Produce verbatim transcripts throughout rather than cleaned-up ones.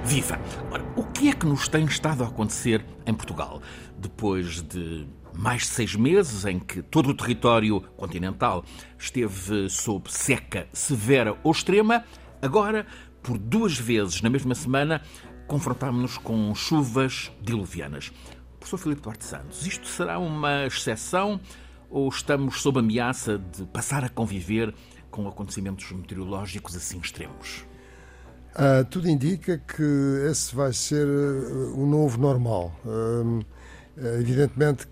Viva! Ora, o que é que nos tem estado a acontecer em Portugal? Depois de mais de seis meses em que todo o território continental esteve sob seca severa ou extrema, agora, por duas vezes na mesma semana, confrontámos-nos com chuvas diluvianas. Professor Filipe Duarte Santos, isto será uma exceção ou estamos sob ameaça de passar a conviver com acontecimentos meteorológicos assim extremos? Uh, tudo indica que esse vai ser uh, o novo normal. Uh, evidentemente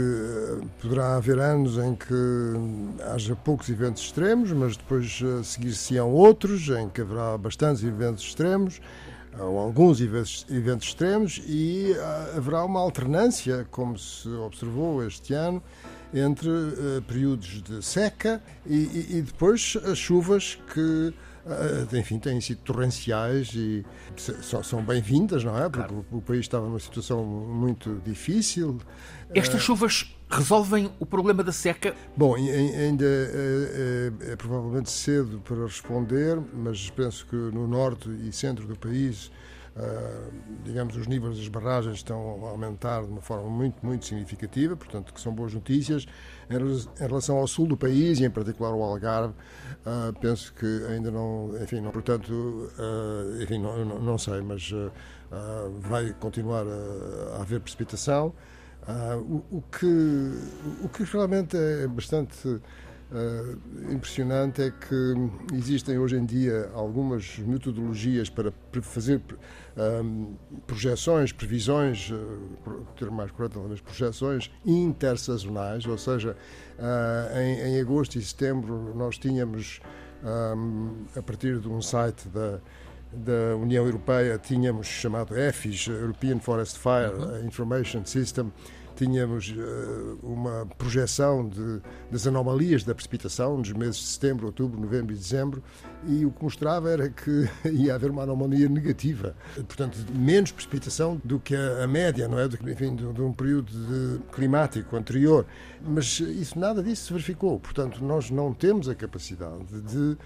que poderá haver anos em que haja poucos eventos extremos, mas depois uh, seguir-se-ão outros em que haverá bastantes eventos extremos, ou alguns eventos, eventos extremos, e uh, haverá uma alternância, como se observou este ano, entre uh, períodos de seca e, e, e depois as chuvas que enfim, têm sido torrenciais e são bem-vindas, não é? Porque claro, o país estava numa situação muito difícil. Estas chuvas resolvem o problema da seca? Bom, ainda é, é, é provavelmente cedo para responder, mas penso que no norte e centro do país, Uh, digamos, os níveis das barragens estão a aumentar de uma forma muito, muito significativa, portanto, que são boas notícias. Em relação ao sul do país, e em particular ao Algarve, uh, penso que ainda não, enfim, não, portanto, uh, enfim, não, não, não sei, mas uh, uh, vai continuar a, a haver precipitação. Uh, o, o, que, o que realmente é bastante Uh, impressionante é que existem hoje em dia algumas metodologias para fazer um, projeções, previsões, uh, ter mais correto, talvez projeções intersazonais, ou seja, uh, em, em agosto e setembro nós tínhamos, um, a partir de um site da da União Europeia, tínhamos chamado E F I S, European Forest Fire uhum. Information System, tínhamos uh, uma projeção de, das anomalias da precipitação nos meses de setembro, outubro, novembro e dezembro, e o que mostrava era que ia haver uma anomalia negativa, portanto, menos precipitação do que a, a média, não é? Do, enfim, de, de um período de, climático anterior, mas isso, nada disso se verificou, portanto, nós não temos a capacidade de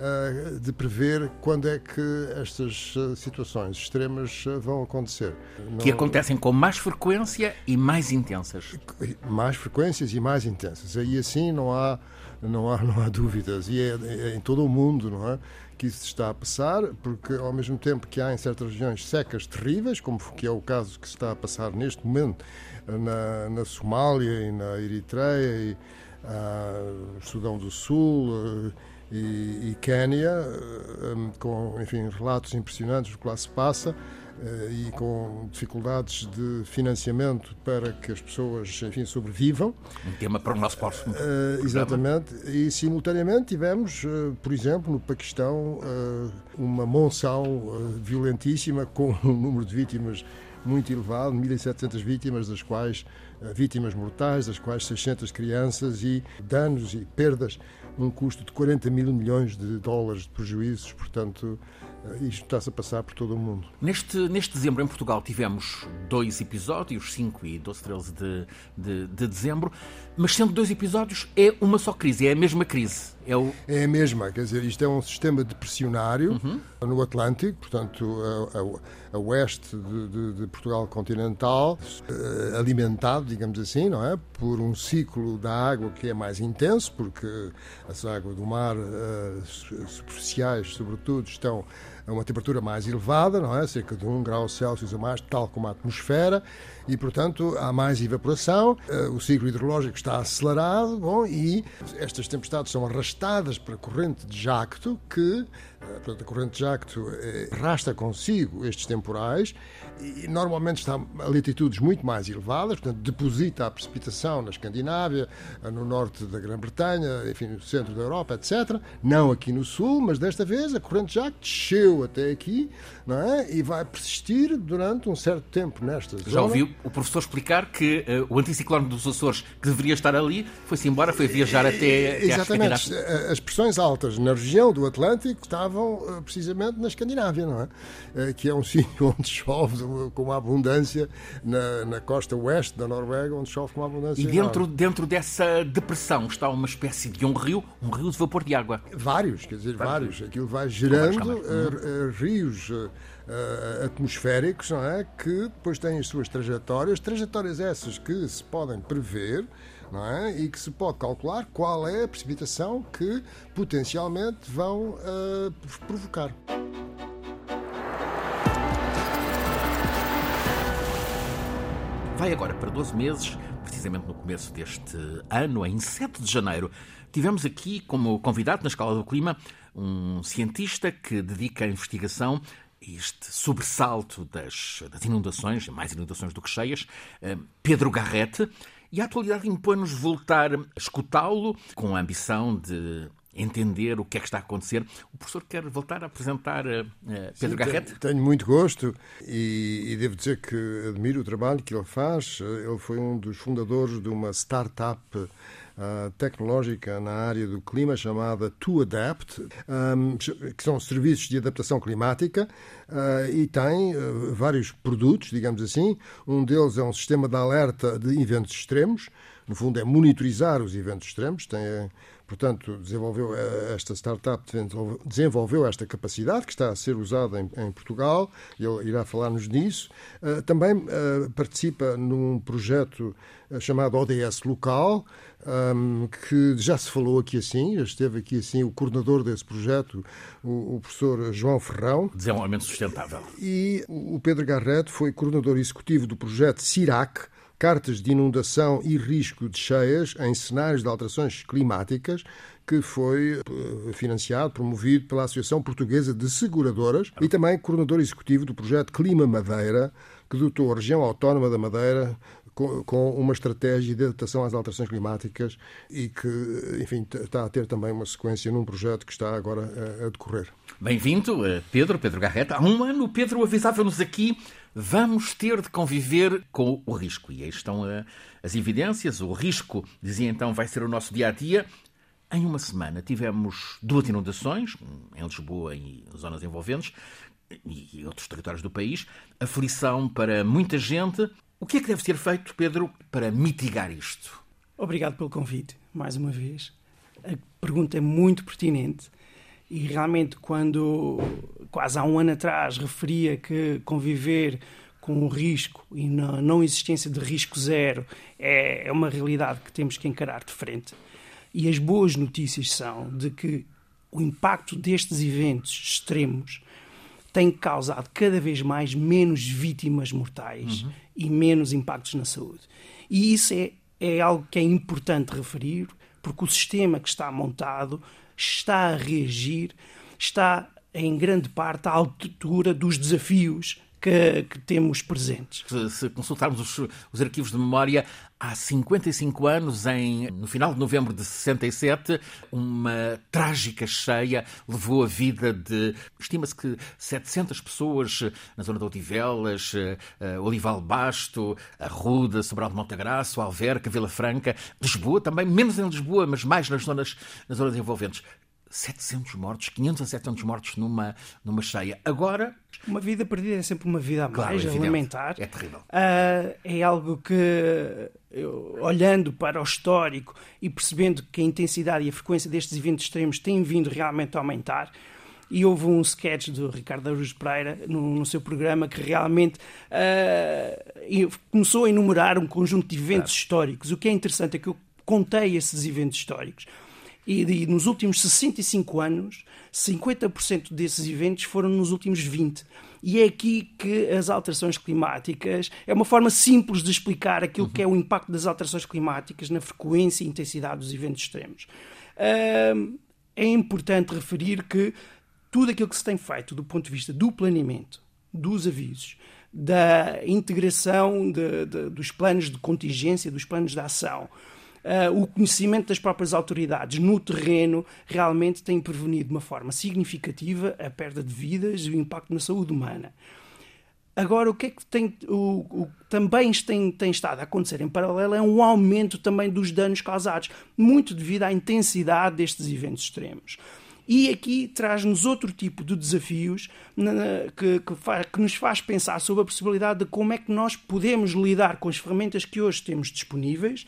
de prever quando é que estas situações extremas vão acontecer. Que não... acontecem com mais frequência e mais intensas. Mais frequências e mais intensas. Aí assim não há, não há, não há dúvidas. E é, é em todo o mundo, não é, que isso está a passar, porque ao mesmo tempo que há em certas regiões secas terríveis, como que é o caso que se está a passar neste momento na, na Somália e na Eritreia e uh, Sudão do Sul, uh, e, e Quénia, um, com, enfim, relatos impressionantes do que lá se passa, uh, e com dificuldades de financiamento para que as pessoas, enfim, sobrevivam. Um tema para o nosso próximo uh, Exatamente. E, simultaneamente, tivemos, uh, por exemplo, no Paquistão, uh, uma monção uh, violentíssima, com um número de vítimas muito elevado, mil e setecentas vítimas, das quais uh, vítimas mortais, das quais seiscentas crianças, e danos e perdas, um custo de quarenta mil milhões de dólares de prejuízos. Portanto, isto está-se a passar por todo o mundo. Neste, neste dezembro, em Portugal, tivemos dois episódios, cinco e doze, treze de, de, de dezembro, mas sendo dois episódios, é uma só crise, é a mesma crise. É, o... é a mesma, quer dizer, isto é um sistema depressionário uhum. no Atlântico, portanto, a, a, a oeste de, de, de Portugal continental, uh, alimentado, digamos assim, não é, por um ciclo da água que é mais intenso, porque as águas do mar uh, superficiais, sobretudo, estão a uma temperatura mais elevada, não é? Cerca de um grau Celsius a mais, tal como a atmosfera, e, portanto, há mais evaporação, o ciclo hidrológico está acelerado, bom, e estas tempestades são arrastadas para a corrente de Jacto, que, portanto, a corrente de Jacto arrasta consigo estes temporais, e normalmente está a latitudes muito mais elevadas, portanto, deposita a precipitação na Escandinávia, no norte da Grã-Bretanha, enfim, no centro da Europa, etcétera. Não aqui no sul, mas desta vez a corrente de Jacto desceu até aqui, não é? E vai persistir durante um certo tempo nesta zona. Já ouviu o professor explicar que uh, o anticiclone dos Açores, que deveria estar ali, foi-se embora, foi viajar até, até Exatamente. a As pressões altas na região do Atlântico estavam estavam precisamente na Escandinávia, não é? Que é um sítio onde chove com uma abundância, na, na costa oeste da Noruega, onde chove com uma abundância. E dentro, dentro dessa depressão está uma espécie de um rio, um rio de vapor de água. Vários, quer dizer, vários. vários. Aquilo vai gerando uh, uh, rios uh, uh, atmosféricos, não é? Que depois têm as suas trajetórias, trajetórias essas que se podem prever, não é? E que se pode calcular qual é a precipitação que potencialmente vão uh, provocar. Vai agora para doze meses, precisamente no começo deste ano, em sete de janeiro, tivemos aqui como convidado na Escala do Clima um cientista que dedica a investigação a este sobressalto das, das inundações, mais inundações do que cheias, Pedro Garrett, e a atualidade impõe-nos voltar a escutá-lo com a ambição de entender o que é que está a acontecer. O professor quer voltar a apresentar uh, Pedro Sim, Garrett? Tenho, tenho muito gosto e, e devo dizer que admiro o trabalho que ele faz. Ele foi um dos fundadores de uma startup uh, tecnológica na área do clima chamada To Adapt, um, que são serviços de adaptação climática, uh, e tem uh, vários produtos, digamos assim. Um deles é um sistema de alerta de eventos extremos. No fundo, é monitorizar os eventos extremos. Tem, portanto, desenvolveu esta startup, desenvolveu esta capacidade que está a ser usada em, em Portugal. Ele irá falar-nos disso. Uh, também uh, participa num projeto uh, chamado O D S Local, um, que já se falou aqui assim, esteve aqui assim o coordenador desse projeto, o, o professor João Ferrão. Desenvolvimento Sustentável. E o Pedro Garrett foi coordenador executivo do projeto CIRAC, Cartas de Inundação e Risco de Cheias em Cenários de Alterações Climáticas, que foi financiado, promovido pela Associação Portuguesa de Seguradoras, e também coordenador executivo do projeto Clima Madeira, que dotou a região autónoma da Madeira com uma estratégia de adaptação às alterações climáticas e que, enfim, está a ter também uma sequência num projeto que está agora a decorrer. Bem-vindo, Pedro, Pedro Garrett. Há um ano o Pedro avisava-nos aqui: vamos ter de conviver com o risco. E aí estão as evidências. O risco, dizia então, vai ser o nosso dia-a-dia. Em uma semana tivemos duas inundações, em Lisboa e zonas envolventes, e outros territórios do país. Aflição para muita gente. O que é que deve ser feito, Pedro, para mitigar isto? Obrigado pelo convite, mais uma vez. A pergunta é muito pertinente e realmente quando, quase há um ano atrás, referia que conviver com o risco e na não existência de risco zero é uma realidade que temos que encarar de frente. E as boas notícias são de que o impacto destes eventos extremos tem causado cada vez mais menos vítimas mortais uhum. e menos impactos na saúde. E isso é, é algo que é importante referir, porque o sistema que está montado está a reagir, está em grande parte à altura dos desafios que, que temos presentes. Se, se consultarmos os, os arquivos de memória, há cinquenta e cinco anos, em, no final de novembro de sessenta e sete, uma trágica cheia levou a vida de, estima-se que setecentas pessoas na zona de Odivelas, uh, Olival Basto, Arruda, Sobral de Montagraço, Alverca, Vila Franca, Lisboa também, menos em Lisboa, mas mais nas zonas, nas zonas envolventes. setecentos mortos, quinhentos a setecentos mortos numa, numa cheia. Agora... Uma vida perdida é sempre uma vida a mais, claro, a lamentar. É terrível. Uh, é algo que, eu, olhando para o histórico e percebendo que a intensidade e a frequência destes eventos extremos têm vindo realmente a aumentar, e houve um sketch do Ricardo Araújo Pereira no, no seu programa que realmente uh, começou a enumerar um conjunto de eventos claro. históricos. O que é interessante é que eu contei esses eventos históricos. E, e nos últimos sessenta e cinco anos, cinquenta por cento desses eventos foram nos últimos vinte. E é aqui que as alterações climáticas... É uma forma simples de explicar aquilo uhum. que é o impacto das alterações climáticas na frequência e intensidade dos eventos extremos. Uh, é importante referir que tudo aquilo que se tem feito do ponto de vista do planeamento, dos avisos, da integração de, de, dos planos de contingência, dos planos de ação, Uh, o conhecimento das próprias autoridades no terreno realmente tem prevenido de uma forma significativa a perda de vidas e o impacto na saúde humana. Agora, o que é que tem, o, o, também tem, tem estado a acontecer em paralelo é um aumento também dos danos causados, muito devido à intensidade destes eventos extremos. E aqui traz-nos outro tipo de desafios que, que, faz, que nos faz pensar sobre a possibilidade de como é que nós podemos lidar com as ferramentas que hoje temos disponíveis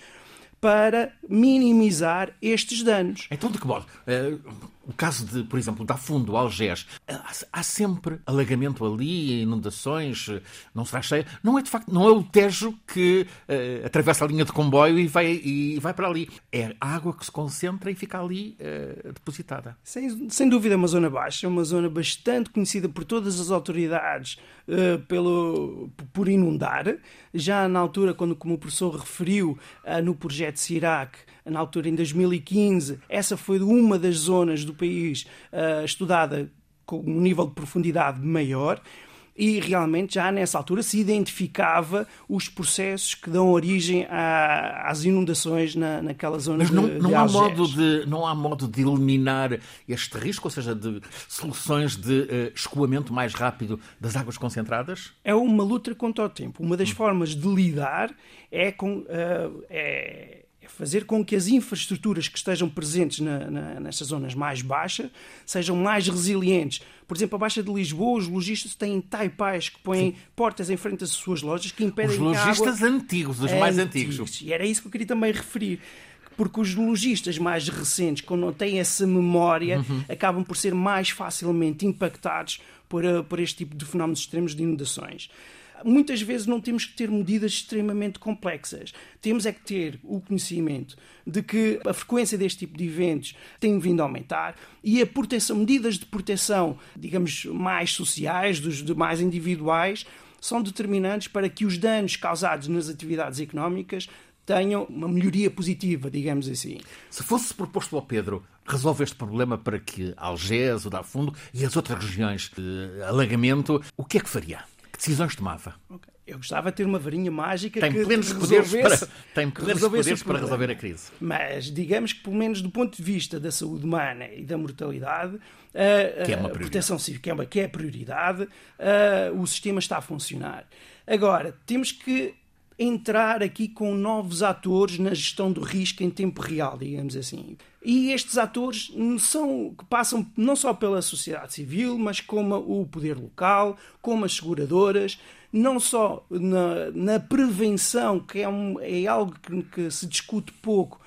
para minimizar estes danos. Então, de que modo? Uh, o caso de, por exemplo, da Fundo, Algés, há, há sempre alagamento ali, inundações, não será cheia. Não é, de facto, não é o Tejo que uh, atravessa a linha de comboio e vai, e vai para ali. É a água que se concentra e fica ali uh, depositada. Sem, sem dúvida, é uma zona baixa, é uma zona bastante conhecida por todas as autoridades uh, pelo, por inundar. Já na altura, quando, como o professor referiu, uh, no projeto Cirac, na altura em dois mil e quinze, essa foi uma das zonas do país uh, estudada com um nível de profundidade maior e realmente já nessa altura se identificava os processos que dão origem a, às inundações na, naquela zona. Mas não, de, não, de há Algés. modo de, não há modo de eliminar este risco, ou seja, de soluções de uh, escoamento mais rápido das águas concentradas? É uma luta contra o tempo. Uma das hum. formas de lidar é com... Uh, é... fazer com que as infraestruturas que estejam presentes na, na, nestas zonas mais baixas sejam mais resilientes. Por exemplo, a Baixa de Lisboa, os lojistas têm taipais que põem Sim. portas em frente às suas lojas que impedem os lojistas que a água... antigos, os mais antigos. antigos. E era isso que eu queria também referir. Porque os lojistas mais recentes, quando não têm essa memória, uhum. acabam por ser mais facilmente impactados por, por este tipo de fenómenos extremos de inundações. Muitas vezes não temos que ter medidas extremamente complexas. Temos é que ter o conhecimento de que a frequência deste tipo de eventos tem vindo a aumentar e a proteção, medidas de proteção, digamos, mais sociais, dos mais individuais, são determinantes para que os danos causados nas atividades económicas tenham uma melhoria positiva, digamos assim. Se fosse proposto ao Pedro resolver este problema para que Algés, o Dafundo e as outras regiões de alagamento, o que é que faria? Decisões tomava? Okay. Eu gostava de ter uma varinha mágica tem que plenos poderes para, tem plenos poderes para resolver a crise. Mas digamos que, pelo menos do ponto de vista da saúde humana e da mortalidade, a, que é uma a proteção civil, que é, uma, que é a prioridade, a, o sistema está a funcionar. Agora, temos que entrar aqui com novos atores na gestão do risco em tempo real, digamos assim. E estes atores são, que passam não só pela sociedade civil, mas como o poder local, como as seguradoras, não só na, na prevenção, que é, um, é algo que, que se discute pouco,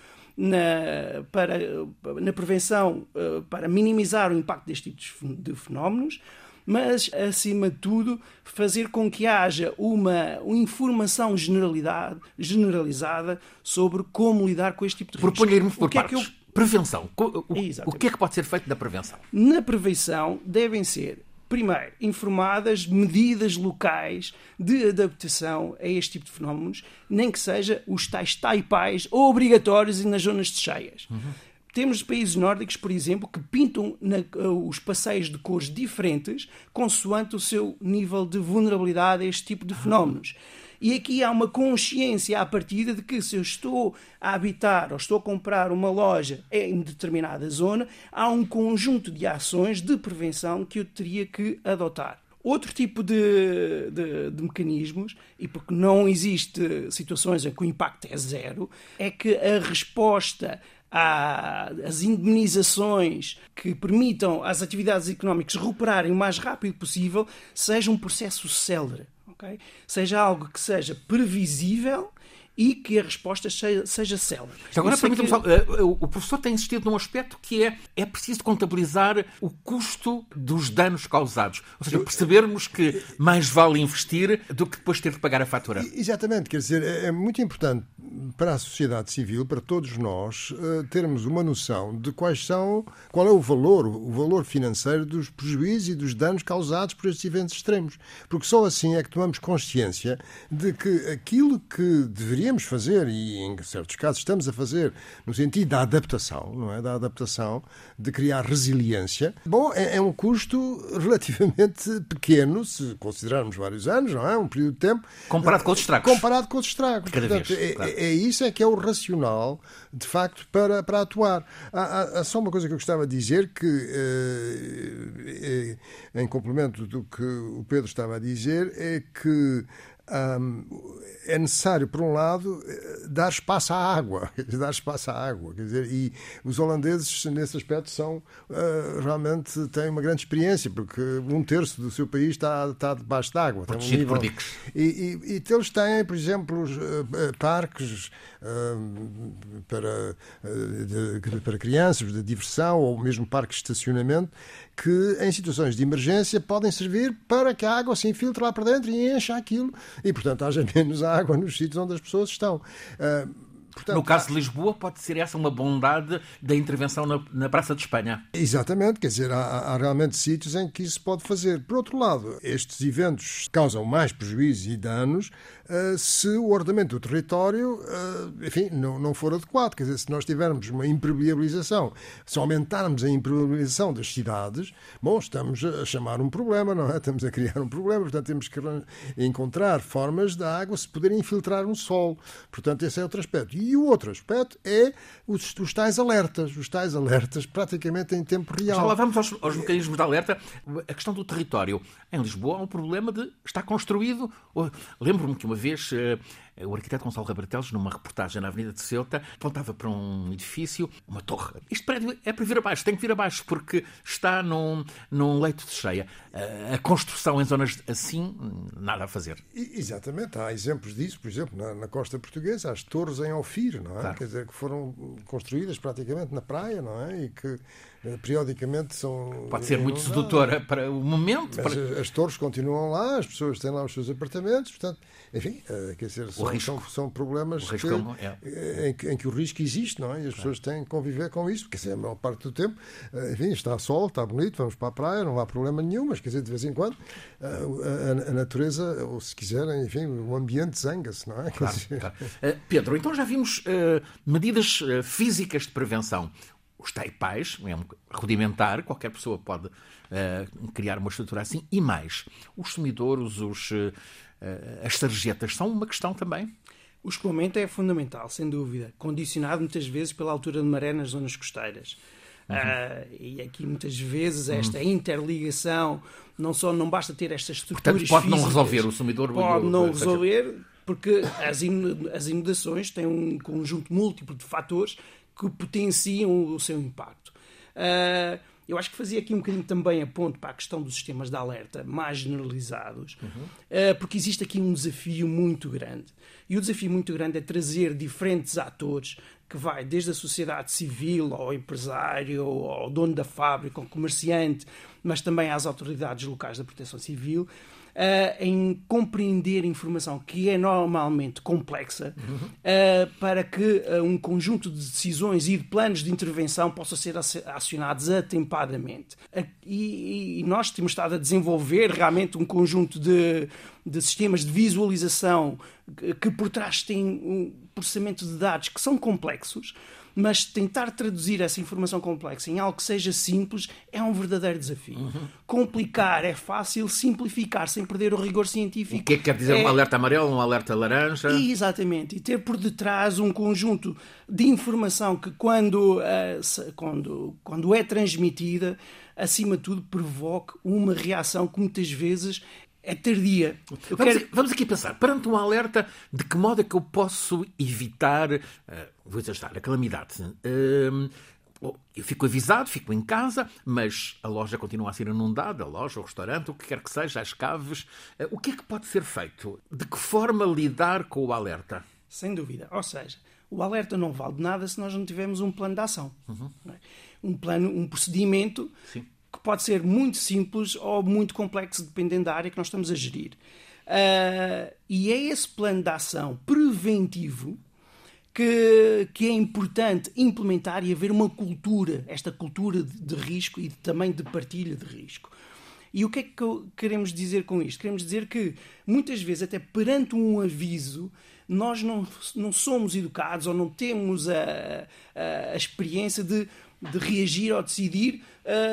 na, para, na prevenção para minimizar o impacto deste tipo de fenómenos, mas, acima de tudo, fazer com que haja uma, uma informação generalizada sobre como lidar com este tipo de risco. Proponha-me por partes. É que eu... Prevenção. O, o que é que pode ser feito na prevenção? Na prevenção devem ser, primeiro, informadas medidas locais de adaptação a este tipo de fenómenos, nem que seja os tais taipais obrigatórios nas zonas de cheias. Uhum. Temos países nórdicos, por exemplo, que pintam na, os passeios de cores diferentes consoante o seu nível de vulnerabilidade a este tipo de fenómenos. E aqui há uma consciência à partida de que se eu estou a habitar ou estou a comprar uma loja em determinada zona, há um conjunto de ações de prevenção que eu teria que adotar. Outro tipo de, de, de mecanismos, e porque não existe situações em que o impacto é zero, é que a resposta às indemnizações que permitam às atividades económicas recuperarem o mais rápido possível seja um processo célere, okay? Seja algo que seja previsível e que a resposta seja, seja célere. Agora, permita-me que... só, o professor tem insistido num aspecto que é é preciso contabilizar o custo dos danos causados. Ou seja, percebermos que mais vale investir do que depois ter de pagar a fatura. Exatamente. Quer dizer, é muito importante para a sociedade civil, para todos nós, termos uma noção de quais são, qual é o valor, o valor financeiro dos prejuízos e dos danos causados por estes eventos extremos. Porque só assim é que tomamos consciência de que aquilo que deveríamos fazer, e em certos casos estamos a fazer, no sentido da adaptação, não é? Da adaptação, de criar resiliência, bom, é, é um custo relativamente pequeno, se considerarmos vários anos, não é? Um período de tempo. Comparado com os estragos. Comparado com os estragos. Cada Portanto, vez, é, claro. é isso é que é o racional, de facto, para, para atuar. Há, há, há só uma coisa que eu gostava de dizer, que eh, eh, em complemento do que o Pedro estava a dizer, é que Um, é necessário, por um lado, dar espaço à água, dar espaço à água, quer dizer, e os holandeses, nesse aspecto, são, uh, realmente têm uma grande experiência, porque um terço do seu país está, está debaixo d'água. Protegido um nível... por diques. E, e, e eles têm, por exemplo, os, uh, parques uh, para, uh, de, para crianças, de diversão, ou mesmo parques de estacionamento, que em situações de emergência podem servir para que a água se infiltre lá para dentro e encha aquilo, e, portanto, haja menos água nos sítios onde as pessoas estão. Uh, Portanto, no caso de Lisboa, pode ser essa uma bondade da intervenção na, na Praça de Espanha. Exatamente, quer dizer, há, há realmente sítios em que isso se pode fazer. Por outro lado, estes eventos causam mais prejuízos e danos uh, se o ordenamento do território, uh, enfim, não, não for adequado. Quer dizer, se nós tivermos uma impermeabilização, se aumentarmos a impermeabilização das cidades, bom, estamos a chamar um problema, não é? Estamos a criar um problema, portanto temos que encontrar formas da água se poder infiltrar um solo. Portanto, esse é outro aspecto. E o outro aspecto é os, os tais alertas. Os tais alertas praticamente em tempo real. Já lá vamos aos, aos mecanismos de alerta. A questão do território. Em Lisboa há um problema de estar construído. Lembro-me que uma vez o arquiteto Gonçalo Rabarteles, numa reportagem na Avenida de Ceuta, apontava para um edifício, uma torre. Este prédio é para vir abaixo, tem que vir abaixo, porque está num, num leito de cheia. A construção em zonas assim, nada a fazer. Exatamente, há exemplos disso, por exemplo, na, na costa portuguesa, as torres em Ofir, não é? Claro. Quer dizer, que foram construídas praticamente na praia, não é? E que periodicamente são... Pode ser muito sedutora para o momento. Mas para... as torres continuam lá, as pessoas têm lá os seus apartamentos, portanto, enfim, quer dizer, são, são, são problemas que, é. em, que, em que o risco existe, não é? E as pessoas têm que conviver com isso, porque a maior parte do tempo, enfim, está sol, está bonito, vamos para a praia, não há problema nenhum, mas quer dizer, de vez em quando, a, a, a natureza, ou se quiserem, enfim, o ambiente zanga-se, não é? Claro, claro. Uh, Pedro, então já vimos uh, medidas uh, físicas de prevenção. Os taipais, é um rudimentar, qualquer pessoa pode uh, criar uma estrutura assim. E mais, os sumidouros, os, uh, as sarjetas, são uma questão também? O escoamento é fundamental, sem dúvida. Condicionado muitas vezes pela altura de maré nas zonas costeiras. Uhum. Uh, e aqui muitas vezes esta uhum. interligação, não só não basta ter estas estruturas Portanto, pode físicas, não resolver o sumidouro. Pode não resolver, porque as inundações têm um conjunto múltiplo de fatores que potenciam o seu impacto. Uh, eu acho que fazia aqui um bocadinho também a ponto para a questão dos sistemas de alerta mais generalizados, uhum. uh, porque existe aqui um desafio muito grande. E o desafio muito grande é trazer diferentes atores, que vai desde a sociedade civil, ao empresário, ao dono da fábrica, ao comerciante, mas também às autoridades locais da proteção civil, Uh, em compreender informação que é normalmente complexa, uhum. uh, para que uh, um conjunto de decisões e de planos de intervenção possam ser acionados atempadamente. Uh, e, e nós temos estado a desenvolver realmente um conjunto de, de sistemas de visualização que, que por trás têm um processamento de dados que são complexos, mas tentar traduzir essa informação complexa em algo que seja simples é um verdadeiro desafio. Uhum. Complicar é fácil, simplificar sem perder o rigor científico. O que é que quer dizer é... um alerta amarelo, um alerta laranja? E, exatamente. E ter por detrás um conjunto de informação que, quando, uh, quando, quando é transmitida, acima de tudo, provoque uma reação que muitas vezes é tardia. Eu vamos, quero... vamos aqui pensar, perante um alerta, de que modo é que eu posso evitar, uh, vou exagerar, a calamidade? Uh, eu fico avisado, fico em casa, mas a loja continua a ser inundada, a loja, o restaurante, o que quer que seja, as caves. Uh, o que é que pode ser feito? De que forma lidar com o alerta? Sem dúvida. Ou seja, o alerta não vale de nada se nós não tivermos um plano de ação. Uhum. Não é? Um plano, um procedimento... Sim. Que pode ser muito simples ou muito complexo, dependendo da área que nós estamos a gerir. Uh, e é esse plano de ação preventivo que, que é importante implementar e haver uma cultura, esta cultura de, de risco e também de partilha de risco. E o que é que queremos dizer com isto? Queremos dizer que, muitas vezes, até perante um aviso, nós não, não somos educados ou não temos a, a, a experiência de de reagir ou decidir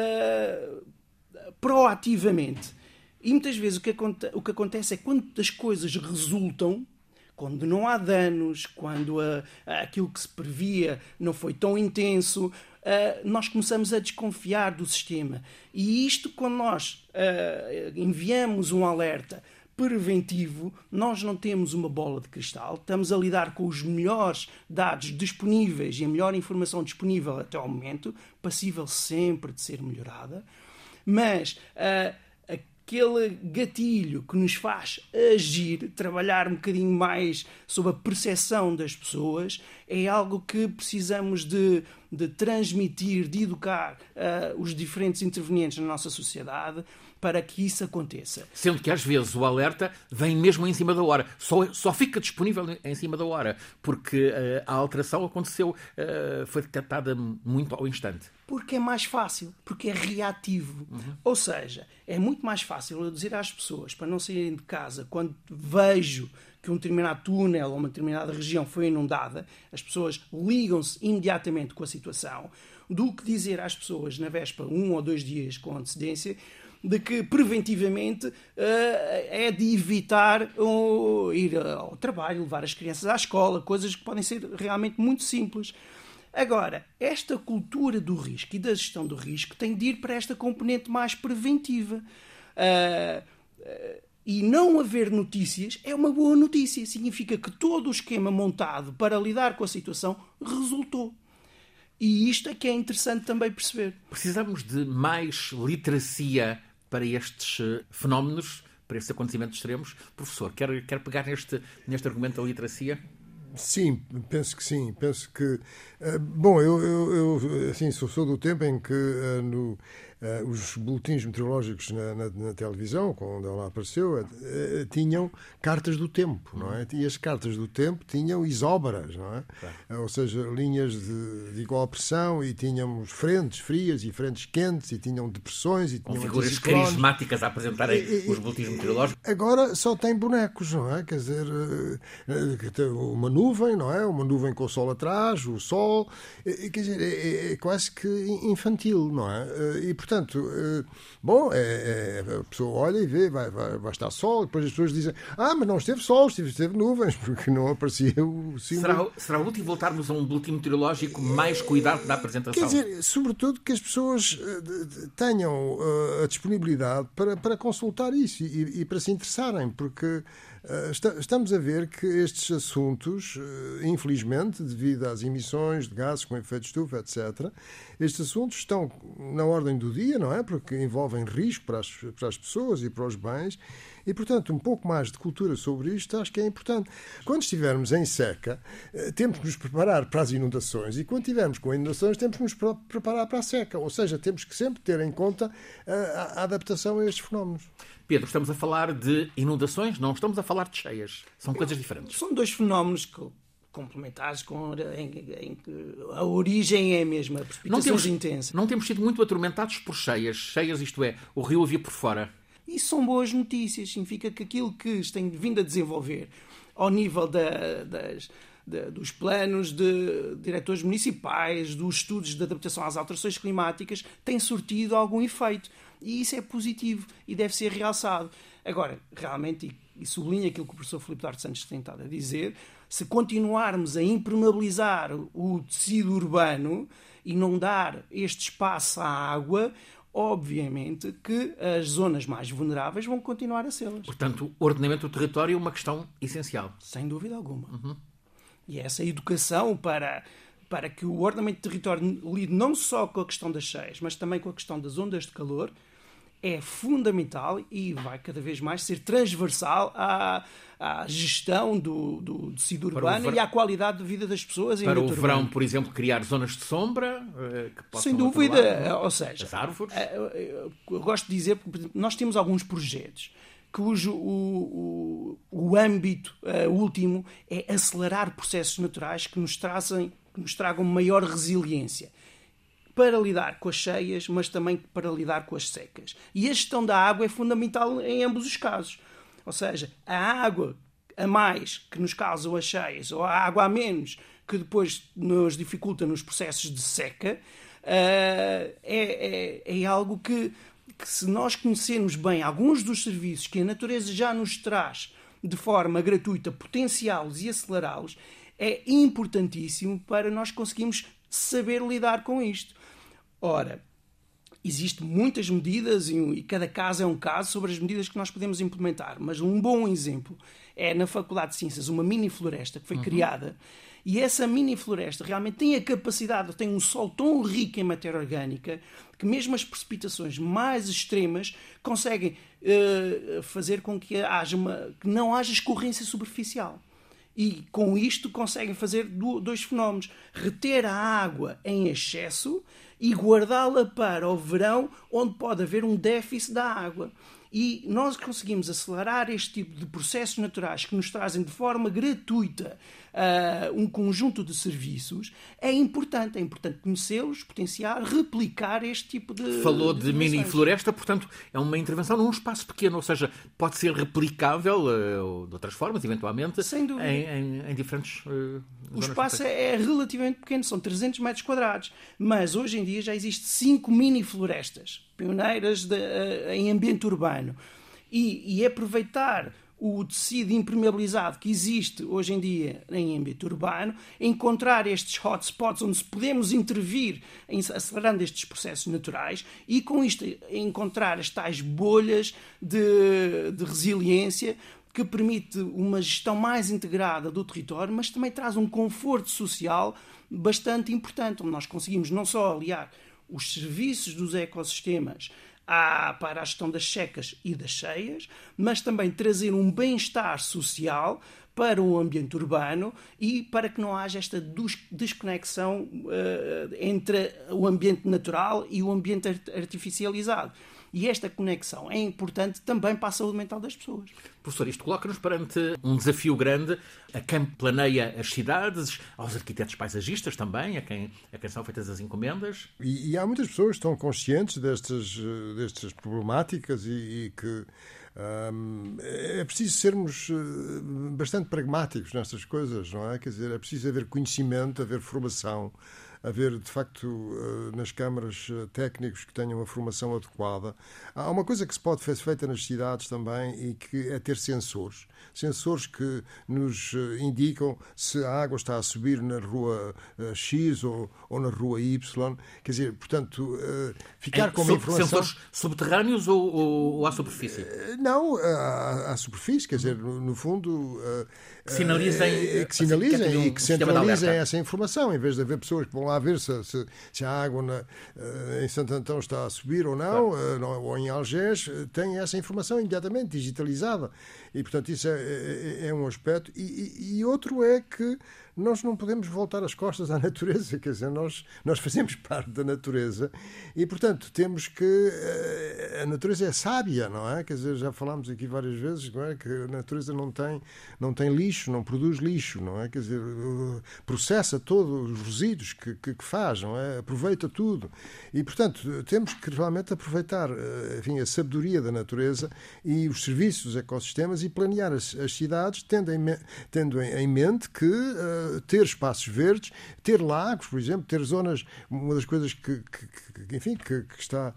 uh, proativamente. E muitas vezes o que, aconte- o que acontece é quando as coisas resultam, quando não há danos, quando uh, aquilo que se previa não foi tão intenso, uh, nós começamos a desconfiar do sistema. E isto, quando nós uh, enviamos um alerta preventivo, nós não temos uma bola de cristal, estamos a lidar com os melhores dados disponíveis e a melhor informação disponível até ao momento, passível sempre de ser melhorada, mas uh, aquele gatilho que nos faz agir, trabalhar um bocadinho mais sobre a percepção das pessoas, é algo que precisamos de, de transmitir, de educar uh, os diferentes intervenientes na nossa sociedade para que isso aconteça. Sendo que às vezes o alerta vem mesmo em cima da hora. Só, só fica disponível em cima da hora, porque uh, a alteração aconteceu, uh, foi detectada muito ao instante. Porque é mais fácil, porque é reativo. Uhum. Ou seja, é muito mais fácil eu dizer às pessoas para não saírem de casa quando vejo que um determinado túnel ou uma determinada região foi inundada, as pessoas ligam-se imediatamente com a situação, do que dizer às pessoas na véspera, um ou dois dias com antecedência, de que preventivamente uh, é de evitar uh, ir ao trabalho, levar as crianças à escola, coisas que podem ser realmente muito simples. Agora, esta cultura do risco e da gestão do risco tem de ir para esta componente mais preventiva. Uh, uh, e não haver notícias é uma boa notícia. Significa que todo o esquema montado para lidar com a situação resultou. E isto é que é interessante também perceber. Precisamos de mais literacia para estes fenómenos, para estes acontecimentos extremos. Professor, quer, quer pegar neste, neste argumento da literacia? Sim, penso que sim. Penso que... Uh, bom, eu, eu, eu assim, sou, sou do tempo em que uh, no, uh, os boletins meteorológicos na, na, na televisão, quando ela apareceu, uh, uh, tinham cartas do tempo, não é? E as cartas do tempo tinham isóbaras, não é? Uh, ou seja, linhas de, de igual pressão, e tínhamos frentes frias e frentes quentes, e tinham depressões, e tinham com figuras carismáticas a apresentarem e, e, os boletins meteorológicos. Agora só tem bonecos, não é? Quer dizer, uh, uma nuvem, não é? Uma nuvem com o sol atrás, o sol. Quer dizer, é, é quase que infantil, não é? E, portanto, bom, é, é, a pessoa olha e vê, vai, vai, vai estar sol, e depois as pessoas dizem, ah, mas não esteve sol, esteve, esteve nuvens, porque não aparecia o símbolo. Será, será útil voltarmos a um boletim meteorológico mais cuidado da apresentação? Quer dizer, sobretudo que as pessoas tenham a disponibilidade para, para consultar isso e, e para se interessarem, porque estamos a ver que estes assuntos, infelizmente, devido às emissões de gases com efeito de estufa, etcétera, estes assuntos estão na ordem do dia, não é? Porque envolvem risco para as, para as pessoas e para os bens. E, portanto, um pouco mais de cultura sobre isto acho que é importante. Quando estivermos em seca, temos que nos preparar para as inundações, e quando estivermos com inundações, temos que nos preparar para a seca. Ou seja, temos que sempre ter em conta a, a adaptação a estes fenómenos. Pedro, estamos a falar de inundações, não estamos a falar de cheias. São coisas diferentes. São dois fenómenos que... complementares, com, em, em que a origem é a mesma, a precipitações intensas. Não temos sido muito atormentados por cheias. Cheias, isto é, o rio havia por fora. Isso são boas notícias. Significa que aquilo que se tem vindo a desenvolver ao nível da, das, da, dos planos de diretores municipais, dos estudos de adaptação às alterações climáticas, tem surtido algum efeito. E isso é positivo e deve ser realçado. Agora, realmente, e, e sublinha aquilo que o professor Filipe Duarte Santos tem estado a dizer, se continuarmos a impermeabilizar o tecido urbano e não dar este espaço à água, obviamente que as zonas mais vulneráveis vão continuar a sê-las. Portanto, o ordenamento do território é uma questão essencial. Sem dúvida alguma. Uhum. E essa educação para, para que o ordenamento do território lide não só com a questão das cheias, mas também com a questão das ondas de calor, é fundamental e vai cada vez mais ser transversal à, à gestão do, do tecido urbano e à qualidade de vida das pessoas. Para em o verão, urbano. Por exemplo, criar zonas de sombra? Que possam Sem dúvida. Lado, ou seja, as árvores? Eu gosto de dizer, porque nós temos alguns projetos cujo o, o, o âmbito uh, último é acelerar processos naturais que nos, trazem, que nos tragam maior resiliência, para lidar com as cheias, mas também para lidar com as secas. E a gestão da água é fundamental em ambos os casos. Ou seja, a água a mais que nos causam as cheias, ou a água a menos que depois nos dificulta nos processos de seca, é, é, é algo que, que, se nós conhecermos bem alguns dos serviços que a natureza já nos traz de forma gratuita, potenciá-los e acelerá-los, é importantíssimo para nós conseguirmos saber lidar com isto. Ora, Existem muitas medidas e cada caso é um caso sobre as medidas que nós podemos implementar, mas um bom exemplo é na Faculdade de Ciências uma mini floresta que foi uhum. criada, e essa mini floresta realmente tem a capacidade, tem um solo tão rico em matéria orgânica que mesmo as precipitações mais extremas conseguem uh, fazer com que, haja uma, que não haja escorrência superficial. E com isto conseguem fazer dois fenómenos: reter a água em excesso e guardá-la para o verão, onde pode haver um déficit da água. E nós conseguimos acelerar este tipo de processos naturais que nos trazem de forma gratuita uh, um conjunto de serviços. É importante, é importante conhecê-los, potenciar, replicar este tipo de... Falou de, de, de mini-floresta, portanto, é uma intervenção num espaço pequeno, ou seja, pode ser replicável uh, de outras formas, eventualmente, sem dúvida, em, em, em diferentes... Uh, o espaço é, é relativamente pequeno, são trezentos metros quadrados, mas hoje em dia já existem cinco mini-florestas pioneiras de, uh, em ambiente urbano. E, e aproveitar o tecido impermeabilizado que existe hoje em dia em ambiente urbano, encontrar estes hotspots onde podemos intervir em, acelerando estes processos naturais e, com isto, encontrar as tais bolhas de, de resiliência que permite uma gestão mais integrada do território, mas também traz um conforto social bastante importante, onde nós conseguimos não só aliar os serviços dos ecossistemas à, para a gestão das secas e das cheias, mas também trazer um bem-estar social para o ambiente urbano e para que não haja esta desconexão uh, entre o ambiente natural e o ambiente artificializado. E esta conexão é importante também para a saúde mental das pessoas. Professor, isto coloca-nos perante um desafio grande a quem planeia as cidades, aos arquitetos paisagistas também, a quem, a quem são feitas as encomendas. E, e há muitas pessoas que estão conscientes destas, destas problemáticas e, e que hum, é preciso sermos bastante pragmáticos nestas coisas, não é? Quer dizer, é preciso haver conhecimento, haver formação, haver, de facto, nas câmaras técnicos que tenham a formação adequada. Há uma coisa que se pode ser feita nas cidades também e que é ter sensores. Sensores que nos indicam se a água está a subir na rua X ou, ou na rua Y. Quer dizer, portanto, ficar é, com uma informação... Sensores subterrâneos ou, ou, ou à superfície? Não, à, à superfície, quer dizer, no, no fundo... Que sinalizem, que sinalizem assim, um e que centralizem essa informação, em vez de haver pessoas que vão lá ver se, se, se a água na, uh, em Santo Antão está a subir ou não, uh, não ou em Algés, uh, tem essa informação imediatamente digitalizada. E, portanto, isso é, é, é um aspecto. E, e, e outro é que nós não podemos voltar as costas à natureza, quer dizer, nós, nós fazemos parte da natureza e, portanto, temos que... Uh, a natureza é sábia, não é? Quer dizer, já falámos aqui várias vezes, não é? Que a natureza não tem, não tem lixo, não produz lixo, não é? Quer dizer, uh, processa todos os resíduos que, que, que faz, não é? Aproveita tudo. E, portanto, temos que realmente aproveitar, uh, enfim, a sabedoria da natureza e os serviços dos ecossistemas e planear as, as cidades tendo em, tendo em, em mente que uh, ter espaços verdes, ter lagos, por exemplo, ter zonas, uma das coisas que, que, que enfim, que, que está,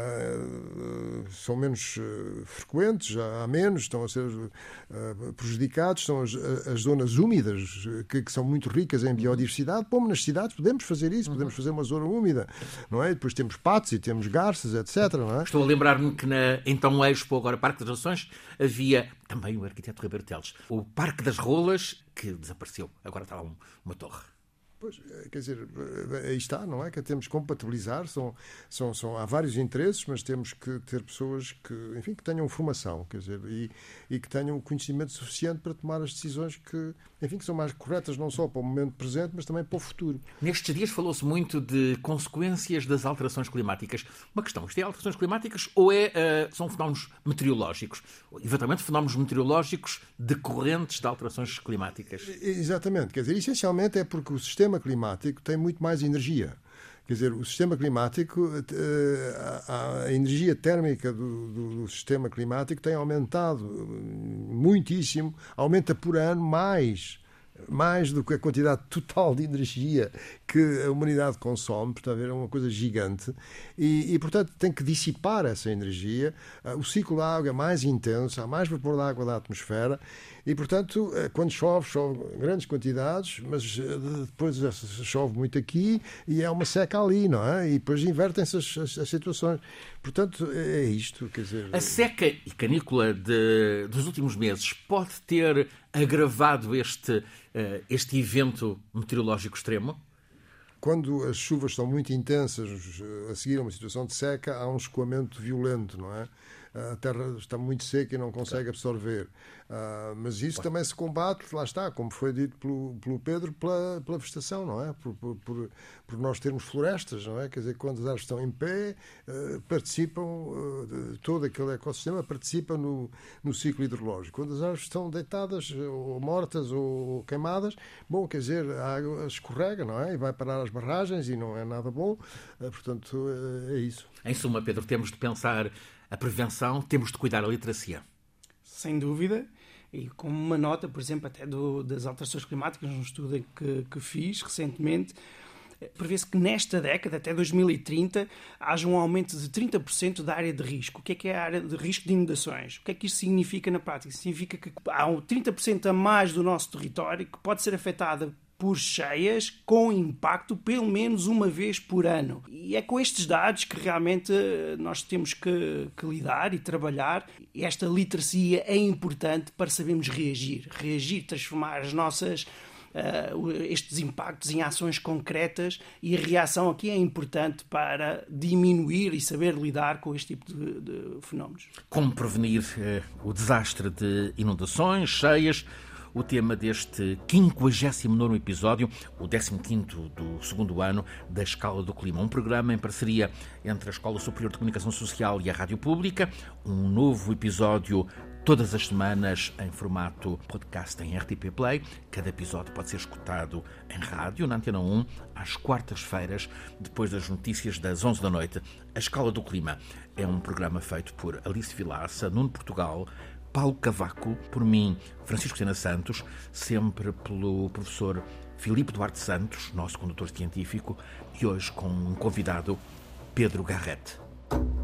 uh, são menos uh, frequentes, já há menos, estão a ser uh, prejudicados, são as, as zonas úmidas, que, que são muito ricas em biodiversidade. Como nas cidades podemos fazer isso, podemos fazer uma zona úmida, não é? Depois temos patos e temos garças, etcétera. Não é? Estou a lembrar-me que na então Expo, agora Parque das Nações, havia também o arquiteto Ribeiro Teles, o Parque das Rolas, que desapareceu. Agora está lá um, uma torre. Pois, quer dizer, aí está, não é? Que temos que compatibilizar, são, são, são, há vários interesses, mas temos que ter pessoas que, enfim, que tenham formação, quer dizer, e, e que tenham conhecimento suficiente para tomar as decisões que, enfim, que são mais corretas não só para o momento presente, mas também para o futuro. Nestes dias falou-se muito de consequências das alterações climáticas. Uma questão, isto é alterações climáticas ou é, uh, são fenómenos meteorológicos? Eventualmente fenómenos meteorológicos decorrentes de alterações climáticas. Exatamente, quer dizer, essencialmente é porque o sistema climático tem muito mais energia. Quer dizer, o sistema climático, a, a energia térmica do, do, do sistema climático tem aumentado muitíssimo, aumenta por ano mais mais do que a quantidade total de energia que a humanidade consome, portanto, é uma coisa gigante, e, e portanto tem que dissipar essa energia. O ciclo da água é mais intenso, há mais vapor de água da atmosfera, e portanto, quando chove, chove em grandes quantidades, mas depois chove muito aqui e é uma seca ali, não é? E depois invertem-se as, as, as situações. Portanto, é isto, quer dizer... A seca e canícula de, dos últimos meses pode ter agravado este, este evento meteorológico extremo? Quando as chuvas são muito intensas a seguir a uma situação de seca, há um escoamento violento, não é? A terra está muito seca e não consegue absorver. Uh, mas isso Bom. também se combate, lá está, como foi dito pelo, pelo Pedro, pela, pela vegetação, não é? Por, por, por, por nós termos florestas, não é? Quer dizer, quando as árvores estão em pé, uh, participam, uh, todo aquele ecossistema participa no, no ciclo hidrológico. Quando as árvores estão deitadas, ou mortas, ou queimadas, bom, quer dizer, a água escorrega, não é? E vai parar às barragens e não é nada bom. Uh, portanto, uh, é isso. Em suma, Pedro, temos de pensar a prevenção, temos de cuidar a literacia. Sem dúvida, e como uma nota, por exemplo, até do, das alterações climáticas, num estudo que, que fiz recentemente, prevê-se que nesta década, até dois mil e trinta, haja um aumento de trinta por cento da área de risco. O que é que é a área de risco de inundações? O que é que isto significa na prática? Significa que há trinta por cento a mais do nosso território que pode ser afetada por cheias com impacto pelo menos uma vez por ano. E é com estes dados que realmente nós temos que, que lidar e trabalhar. E esta literacia é importante para sabermos reagir. Reagir, transformar as nossas, uh, estes impactos em ações concretas, e a reação aqui é importante para diminuir e saber lidar com este tipo de, de fenómenos. Como prevenir uh, o desastre de inundações, cheias? O tema deste quinquagésimo nono episódio, o décimo quinto do segundo ano da Escala do Clima. Um programa em parceria entre a Escola Superior de Comunicação Social e a Rádio Pública. Um novo episódio todas as semanas em formato podcast em R T P Play. Cada episódio pode ser escutado em rádio, na Antena um, às quartas-feiras, depois das notícias das onze da noite. A Escala do Clima é um programa feito por Alice Vilaça, Nuno Portugal, Paulo Cavaco, por mim, Francisco Sena Santos, sempre pelo professor Filipe Duarte Santos, nosso condutor científico, e hoje com um convidado, Pedro Garrett.